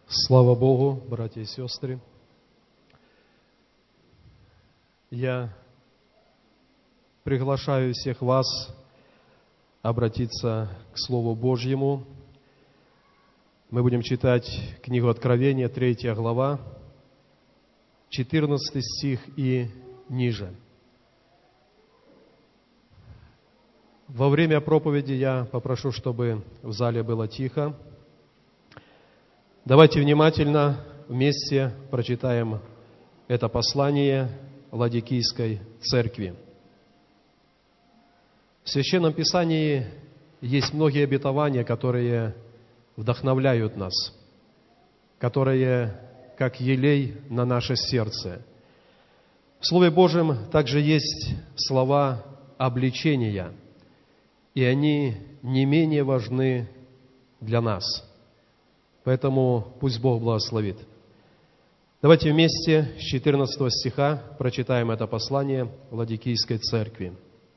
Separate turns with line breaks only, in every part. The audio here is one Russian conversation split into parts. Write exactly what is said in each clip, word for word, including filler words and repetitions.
Слава Богу, братья и сестры! Я приглашаю всех вас обратиться к Слову Божьему. Мы будем читать книгу Откровения, третья глава, четырнадцатый стих и ниже. Во время проповеди я попрошу, чтобы в зале было тихо. Давайте внимательно вместе прочитаем это послание Ладикийской церкви. В Священном Писании есть многие обетования, которые вдохновляют нас, которые как елей на наше сердце. В Слове Божьем также есть слова обличения, и они не менее важны для нас. Поэтому пусть Бог благословит. Давайте вместе с четырнадцатого стиха прочитаем это послание Ладикийской церкви.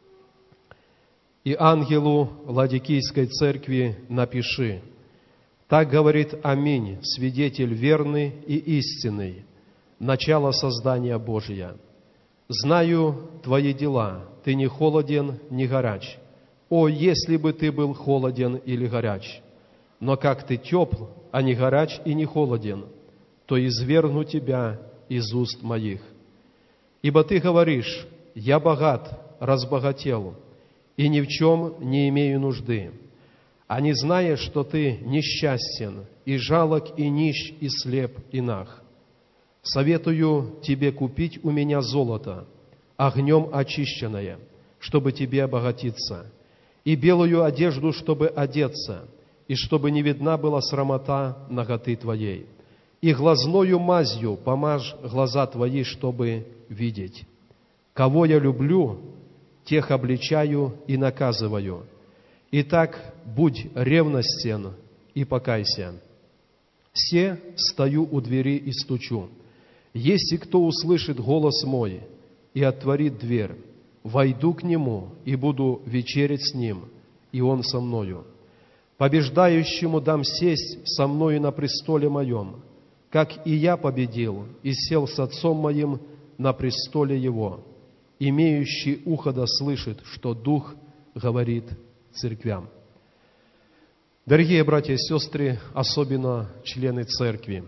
«И ангелу Ладикийской церкви напиши: так говорит Аминь, свидетель верный и истинный, начало создания Божия. Знаю твои дела, ты не холоден, не горяч. О, если бы ты был холоден или горяч! Но как ты тепл, а не горяч и не холоден, то извергну тебя из уст моих. Ибо ты говоришь: я богат, разбогател, и ни в чем не имею нужды, а не зная, что ты несчастен, и жалок, и нищ, и слеп, и наг. Советую тебе купить у меня золото, огнем очищенное, чтобы тебе обогатиться, и белую одежду, чтобы одеться, и чтобы не видна была срамота наготы твоей. И глазною мазью помажь глаза твои, чтобы видеть. Кого я люблю, тех обличаю и наказываю. Итак, будь ревностен и покайся. Се стою у двери и стучу. Если кто услышит голос мой и отворит дверь, войду к нему и буду вечерять с ним, и он со мною. Побеждающему дам сесть со мною на престоле моем, как и я победил и сел с отцом моим на престоле его. Имеющий ухо да слышит, что Дух говорит церквям». Дорогие братья и сестры, особенно члены церкви,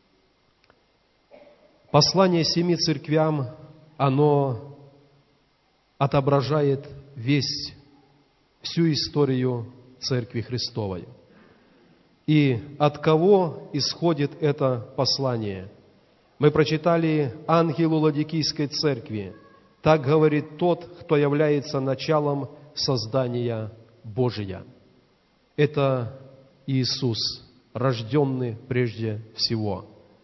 послание семи церквям, оно отображает весь, всю историю Церкви Христовой. И от кого исходит это послание? Мы прочитали ангелу Ладикийской церкви: так говорит тот, кто является началом создания Божия. Это Иисус, рожденный прежде всего.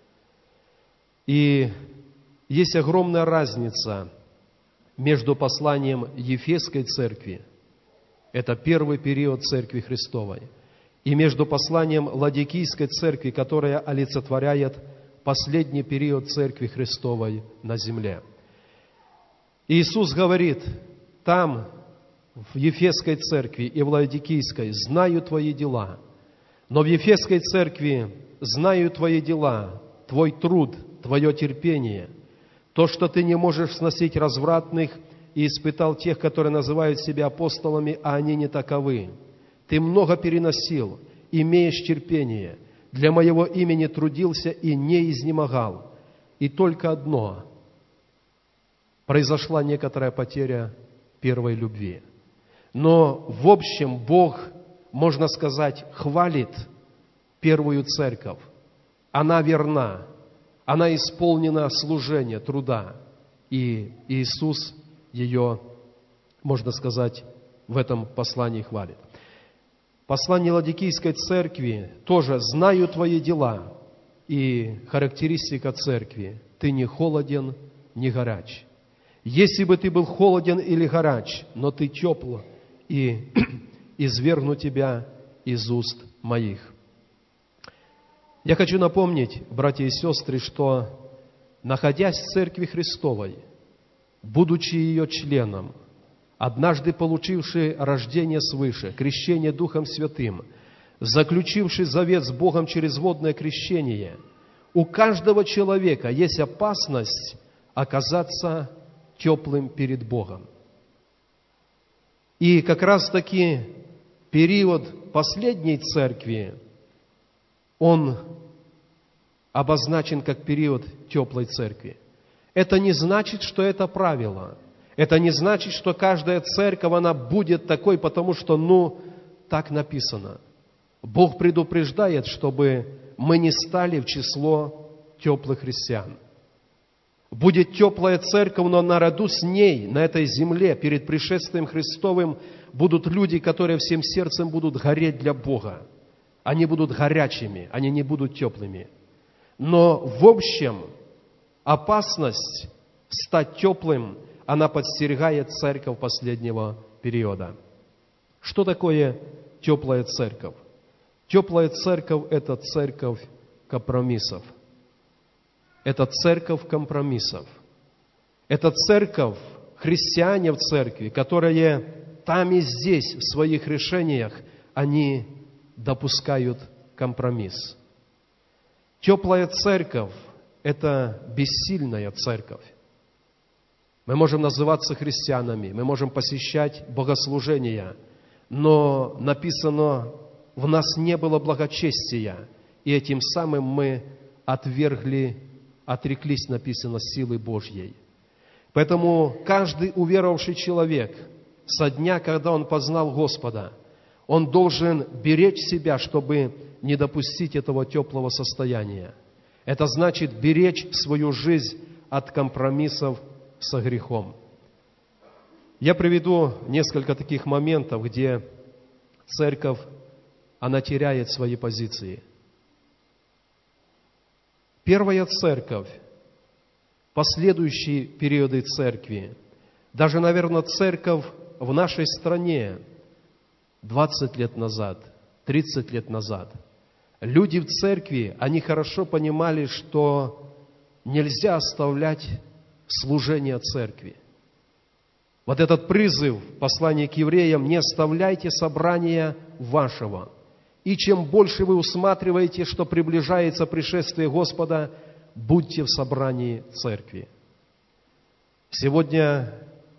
И есть огромная разница между посланием Ефесской церкви, это первый период Церкви Христовой, и между посланием Ладикийской церкви, которая олицетворяет последний период Церкви Христовой на земле. Иисус говорит там, в Ефесской церкви и в Ладикийской: знаю твои дела. Но в Ефесской церкви знаю твои дела, твой труд, твое терпение, то, что ты не можешь сносить развратных, и испытал тех, которые называют себя апостолами, а они не таковы. Ты много переносил, имеешь терпение, для моего имени трудился и не изнемогал. И только одно: произошла некоторая потеря первой любви. Но в общем Бог, можно сказать, хвалит первую церковь. Она верна, она исполнена служения, труда. И Иисус ее, можно сказать, в этом послании хвалит. Послание Ладикийской церкви тоже: знаю твои дела. И характеристика церкви: ты не холоден, не горяч. Если бы ты был холоден или горяч, но ты тепл, и извергну тебя из уст моих. Я хочу напомнить, братья и сестры, что, находясь в Церкви Христовой, будучи ее членом, однажды получивший рождение свыше, крещение Духом Святым, заключивший завет с Богом через водное крещение, у каждого человека есть опасность оказаться теплым перед Богом. И как раз-таки период последней церкви, он обозначен как период теплой церкви. Это не значит, что это правило. Это не значит, что каждая церковь, она будет такой, потому что, ну, так написано. Бог предупреждает, чтобы мы не стали в число теплых христиан. Будет теплая церковь, но наряду с ней, на этой земле, перед пришествием Христовым, будут люди, которые всем сердцем будут гореть для Бога. Они будут горячими, они не будут теплыми. Но в общем, опасность стать теплым, она подстерегает церковь последнего периода. Что такое теплая церковь? Теплая церковь – это церковь компромиссов. Это церковь компромиссов. Это церковь, христиане в церкви, которые там и здесь в своих решениях, они допускают компромисс. Теплая церковь – это бессильная церковь. Мы можем называться христианами, мы можем посещать богослужения, но написано, в нас не было благочестия, и этим самым мы отвергли, отреклись, написано, силы Божьей. Поэтому каждый уверовавший человек, со дня, когда он познал Господа, он должен беречь себя, чтобы не допустить этого теплого состояния. Это значит беречь свою жизнь от компромиссов со грехом. Я приведу несколько таких моментов, где церковь, она теряет свои позиции. Первая церковь, последующие периоды церкви, даже, наверное, церковь в нашей стране двадцать лет назад, тридцать лет назад, люди в церкви, они хорошо понимали, что нельзя оставлять служение церкви. Вот этот призыв в послании к евреям: «Не оставляйте собрания вашего». И чем больше вы усматриваете, что приближается пришествие Господа, будьте в собрании церкви. Сегодня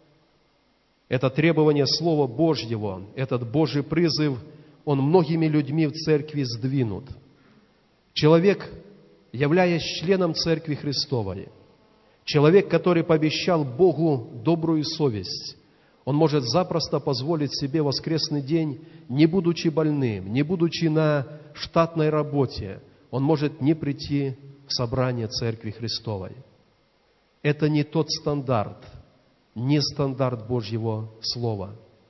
это требование Слова Божьего, этот Божий призыв, он многими людьми в церкви сдвинут. Человек, являясь членом Церкви Христовой, человек, который пообещал Богу добрую совесть, он может запросто позволить себе воскресный день, не будучи больным, не будучи на штатной работе, он может не прийти в собрание Церкви Христовой. Это не тот стандарт, не стандарт Божьего Слова.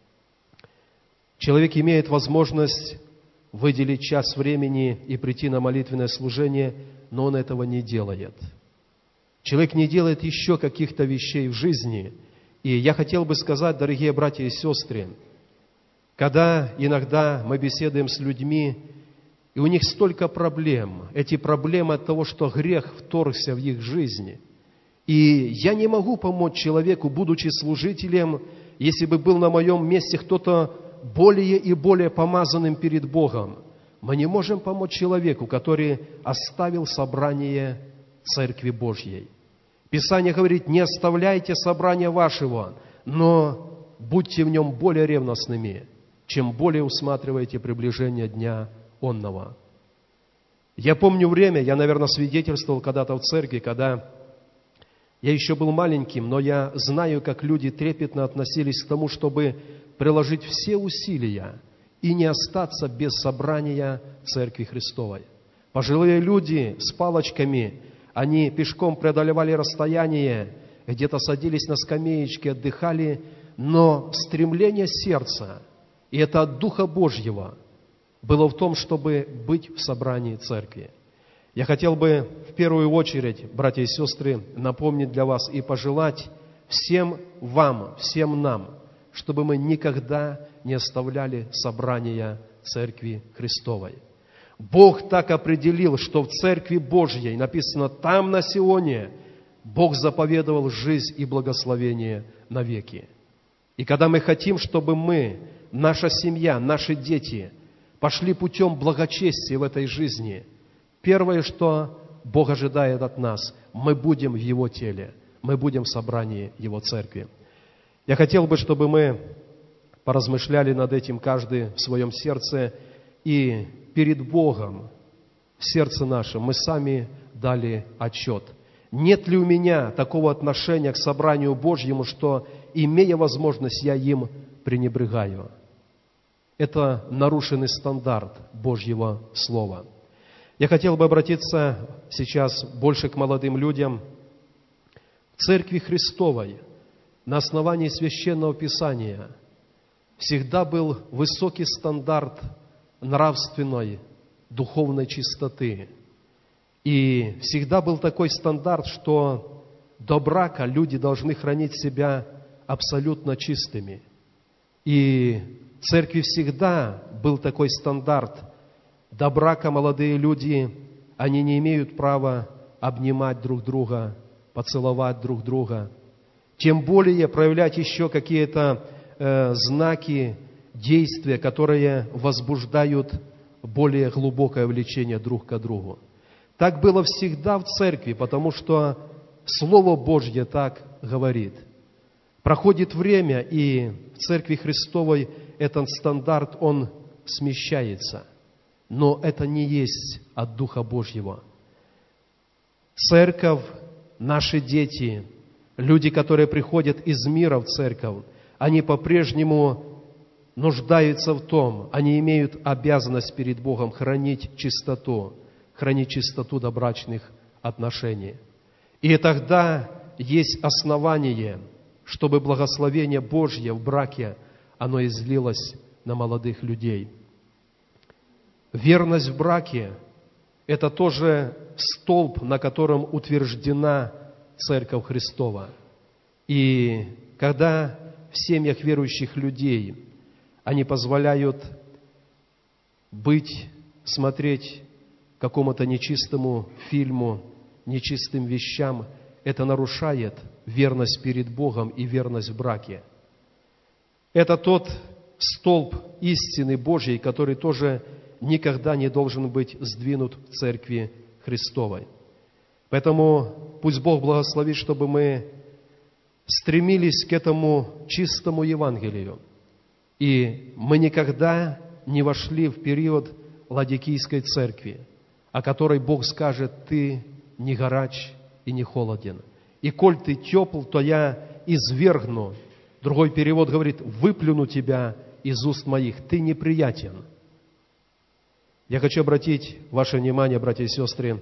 Человек имеет возможность выделить час времени и прийти на молитвенное служение, но он этого не делает. Человек не делает еще каких-то вещей в жизни. И я хотел бы сказать, дорогие братья и сестры, когда иногда мы беседуем с людьми, и у них столько проблем, эти проблемы от того, что грех вторгся в их жизнь. И я не могу помочь человеку, будучи служителем, если бы был на моем месте кто-то более и более помазанным перед Богом. Мы не можем помочь человеку, который оставил собрание Церкви Божьей. Писание говорит: не оставляйте собрания вашего, но будьте в нем более ревностными, чем более усматриваете приближение дня онного. Я помню время, я, наверное, свидетельствовал когда-то в церкви, когда я еще был маленьким, но я знаю, как люди трепетно относились к тому, чтобы приложить все усилия и не остаться без собрания Церкви Христовой. Пожилые люди с палочками, они пешком преодолевали расстояние, где-то садились на скамеечки, отдыхали, но стремление сердца, и это от Духа Божьего, было в том, чтобы быть в собрании церкви. Я хотел бы в первую очередь, братья и сестры, напомнить для вас и пожелать всем вам, всем нам, чтобы мы никогда не оставляли собрания Церкви Христовой. Бог так определил, что в Церкви Божьей, написано там на Сионе, Бог заповедовал жизнь и благословение навеки. И когда мы хотим, чтобы мы, наша семья, наши дети пошли путем благочестия в этой жизни, первое, что Бог ожидает от нас, мы будем в Его теле, мы будем в собрании Его церкви. Я хотел бы, чтобы мы поразмышляли над этим каждый в своем сердце, и перед Богом, в сердце нашем, мы сами дали отчет. Нет ли у меня такого отношения к собранию Божьему, что, имея возможность, я им пренебрегаю? Это нарушенный стандарт Божьего Слова. Я хотел бы обратиться сейчас больше к молодым людям. В Церкви Христовой на основании Священного Писания всегда был высокий стандарт нравственной, духовной чистоты. И всегда был такой стандарт, что до брака люди должны хранить себя абсолютно чистыми. И в церкви всегда был такой стандарт. До брака молодые люди, они не имеют права обнимать друг друга, поцеловать друг друга. Тем более проявлять еще какие-то э, знаки, действия, которые возбуждают более глубокое влечение друг к другу. Так было всегда в церкви, потому что Слово Божье так говорит. Проходит время, и в Церкви Христовой этот стандарт, он смещается. Но это не есть от Духа Божьего. Церковь, наши дети, люди, которые приходят из мира в церковь, они по-прежнему нуждаются в том, они имеют обязанность перед Богом хранить чистоту, хранить чистоту добрачных отношений. И тогда есть основание, чтобы благословение Божье в браке, оно излилось на молодых людей. Верность в браке – это тоже столб, на котором утверждена Церковь Христова. И когда в семьях верующих людей они позволяют быть, смотреть какому-то нечистому фильму, нечистым вещам, это нарушает верность перед Богом и верность в браке. Это тот столб истины Божьей, который тоже никогда не должен быть сдвинут в Церкви Христовой. Поэтому пусть Бог благословит, чтобы мы стремились к этому чистому Евангелию. И мы никогда не вошли в период Ладикийской церкви, о которой Бог скажет: ты не горяч и не холоден. И коль ты тепл, то я извергну. Другой перевод говорит: выплюну тебя из уст моих, ты неприятен. Я хочу обратить ваше внимание, братья и сестры,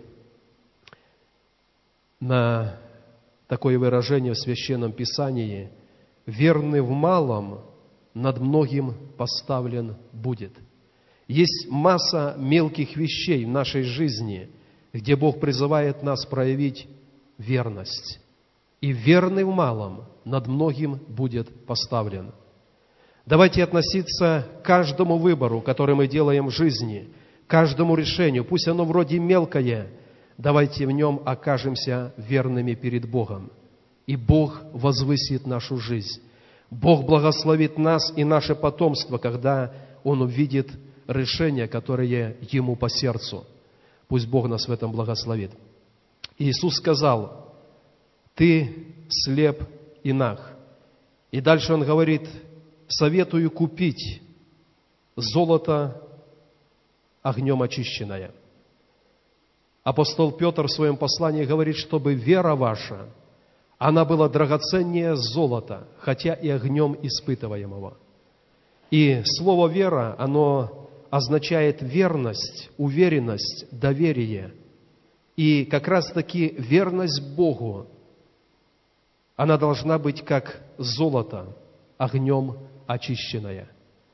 на такое выражение в Священном Писании: верный в малом над многим поставлен будет. Есть масса мелких вещей в нашей жизни, где Бог призывает нас проявить верность. И верный в малом над многим будет поставлен. Давайте относиться к каждому выбору, который мы делаем в жизни, каждому решению, пусть оно вроде мелкое, давайте в нем окажемся верными перед Богом. И Бог возвысит нашу жизнь. Бог благословит нас и наше потомство, когда Он увидит решения, которые Ему по сердцу. Пусть Бог нас в этом благословит. Иисус сказал: ты слеп и наг. И дальше Он говорит: советую купить золото огнем очищенное. Апостол Петр в своем послании говорит, чтобы вера ваша, она была драгоценнее золота, хотя и огнем испытываемого. И слово «вера», оно означает верность, уверенность, доверие. И как раз-таки верность Богу, она должна быть как золото, огнем очищенное.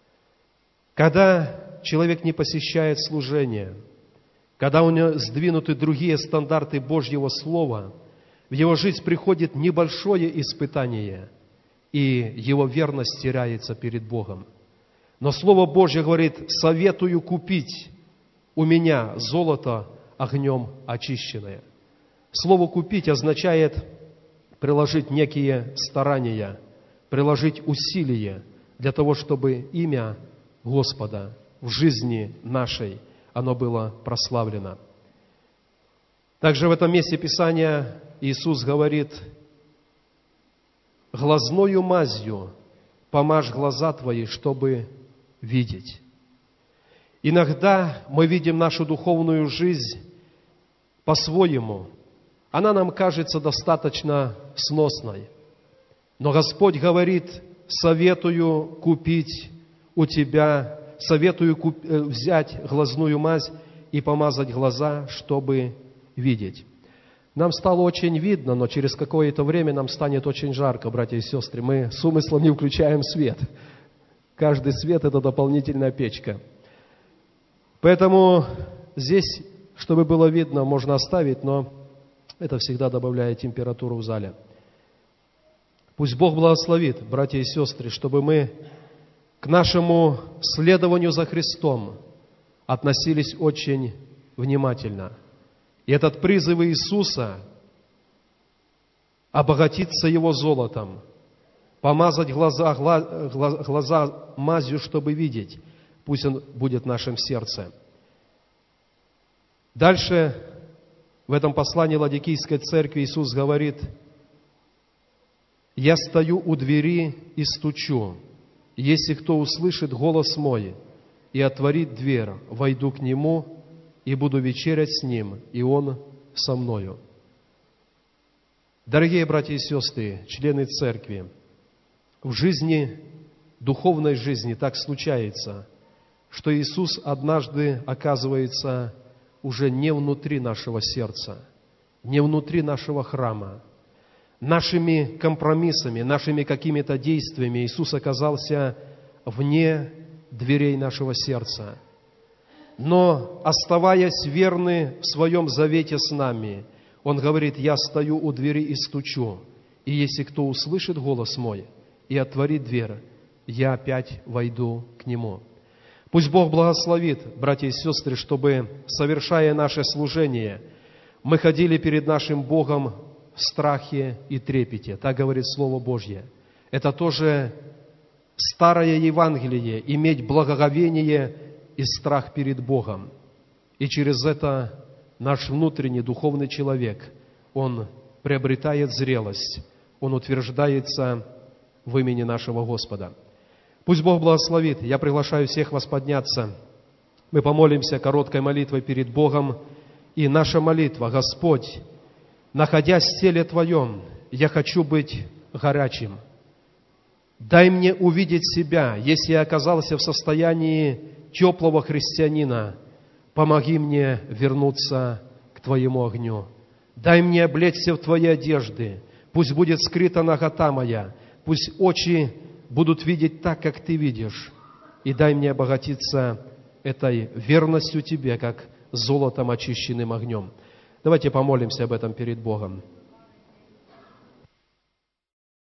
Когда человек не посещает служение, когда у него сдвинуты другие стандарты Божьего Слова, в его жизнь приходит небольшое испытание, и его верность теряется перед Богом. Но Слово Божье говорит: советую купить у меня золото огнем очищенное. Слово «купить» означает приложить некие старания, приложить усилия для того, чтобы имя Господа в жизни нашей оно было прославлено. Также в этом месте Писания Иисус говорит: «Глазною мазью помажь глаза твои, чтобы видеть». Иногда мы видим нашу духовную жизнь по-своему. Она нам кажется достаточно сносной. Но Господь говорит: советую купить у тебя, советую куп, взять глазную мазь и помазать глаза, чтобы видеть. Нам стало очень видно, но через какое-то время нам станет очень жарко, братья и сестры. Мы с умыслом не включаем свет. Каждый свет – это дополнительная печка. Поэтому здесь, чтобы было видно, можно оставить, но это всегда добавляет температуру в зале. Пусть Бог благословит, братья и сестры, чтобы мы к нашему следованию за Христом относились очень внимательно. И этот призыв Иисуса обогатиться Его золотом, помазать глаза, глаза мазью, чтобы видеть, пусть он будет в нашем сердце. Дальше в этом послании Ладикийской церкви Иисус говорит: «Я стою у двери и стучу. Если кто услышит голос мой и отворит дверь, войду к нему и буду вечерять с ним, и он со мною». Дорогие братья и сестры, члены церкви, в жизни, духовной жизни так случается, что Иисус однажды оказывается уже не внутри нашего сердца, не внутри нашего храма. Нашими компромиссами, нашими какими-то действиями Иисус оказался вне дверей нашего сердца. Но, оставаясь верны в своем завете с нами, Он говорит: «Я стою у двери и стучу, и если кто услышит голос мой и отворит дверь, я опять войду к нему». Пусть Бог благословит, братья и сестры, чтобы, совершая наше служение, мы ходили перед нашим Богом в страхе и трепете. Так говорит Слово Божье. Это тоже старое Евангелие, иметь благоговение и страх перед Богом. И через это наш внутренний духовный человек, он приобретает зрелость, он утверждается в имени нашего Господа. Пусть Бог благословит. Я приглашаю всех вас подняться. Мы помолимся короткой молитвой перед Богом. И наша молитва: Господь, находясь в теле Твоем, я хочу быть горячим. Дай мне увидеть себя, если я оказался в состоянии теплого христианина. Помоги мне вернуться к Твоему огню. Дай мне облечься в Твои одежды. Пусть будет скрыта нагота моя. Пусть очи будут видеть так, как Ты видишь. И дай мне обогатиться этой верностью Тебе, как золотом, очищенным огнем. Давайте помолимся об этом перед Богом.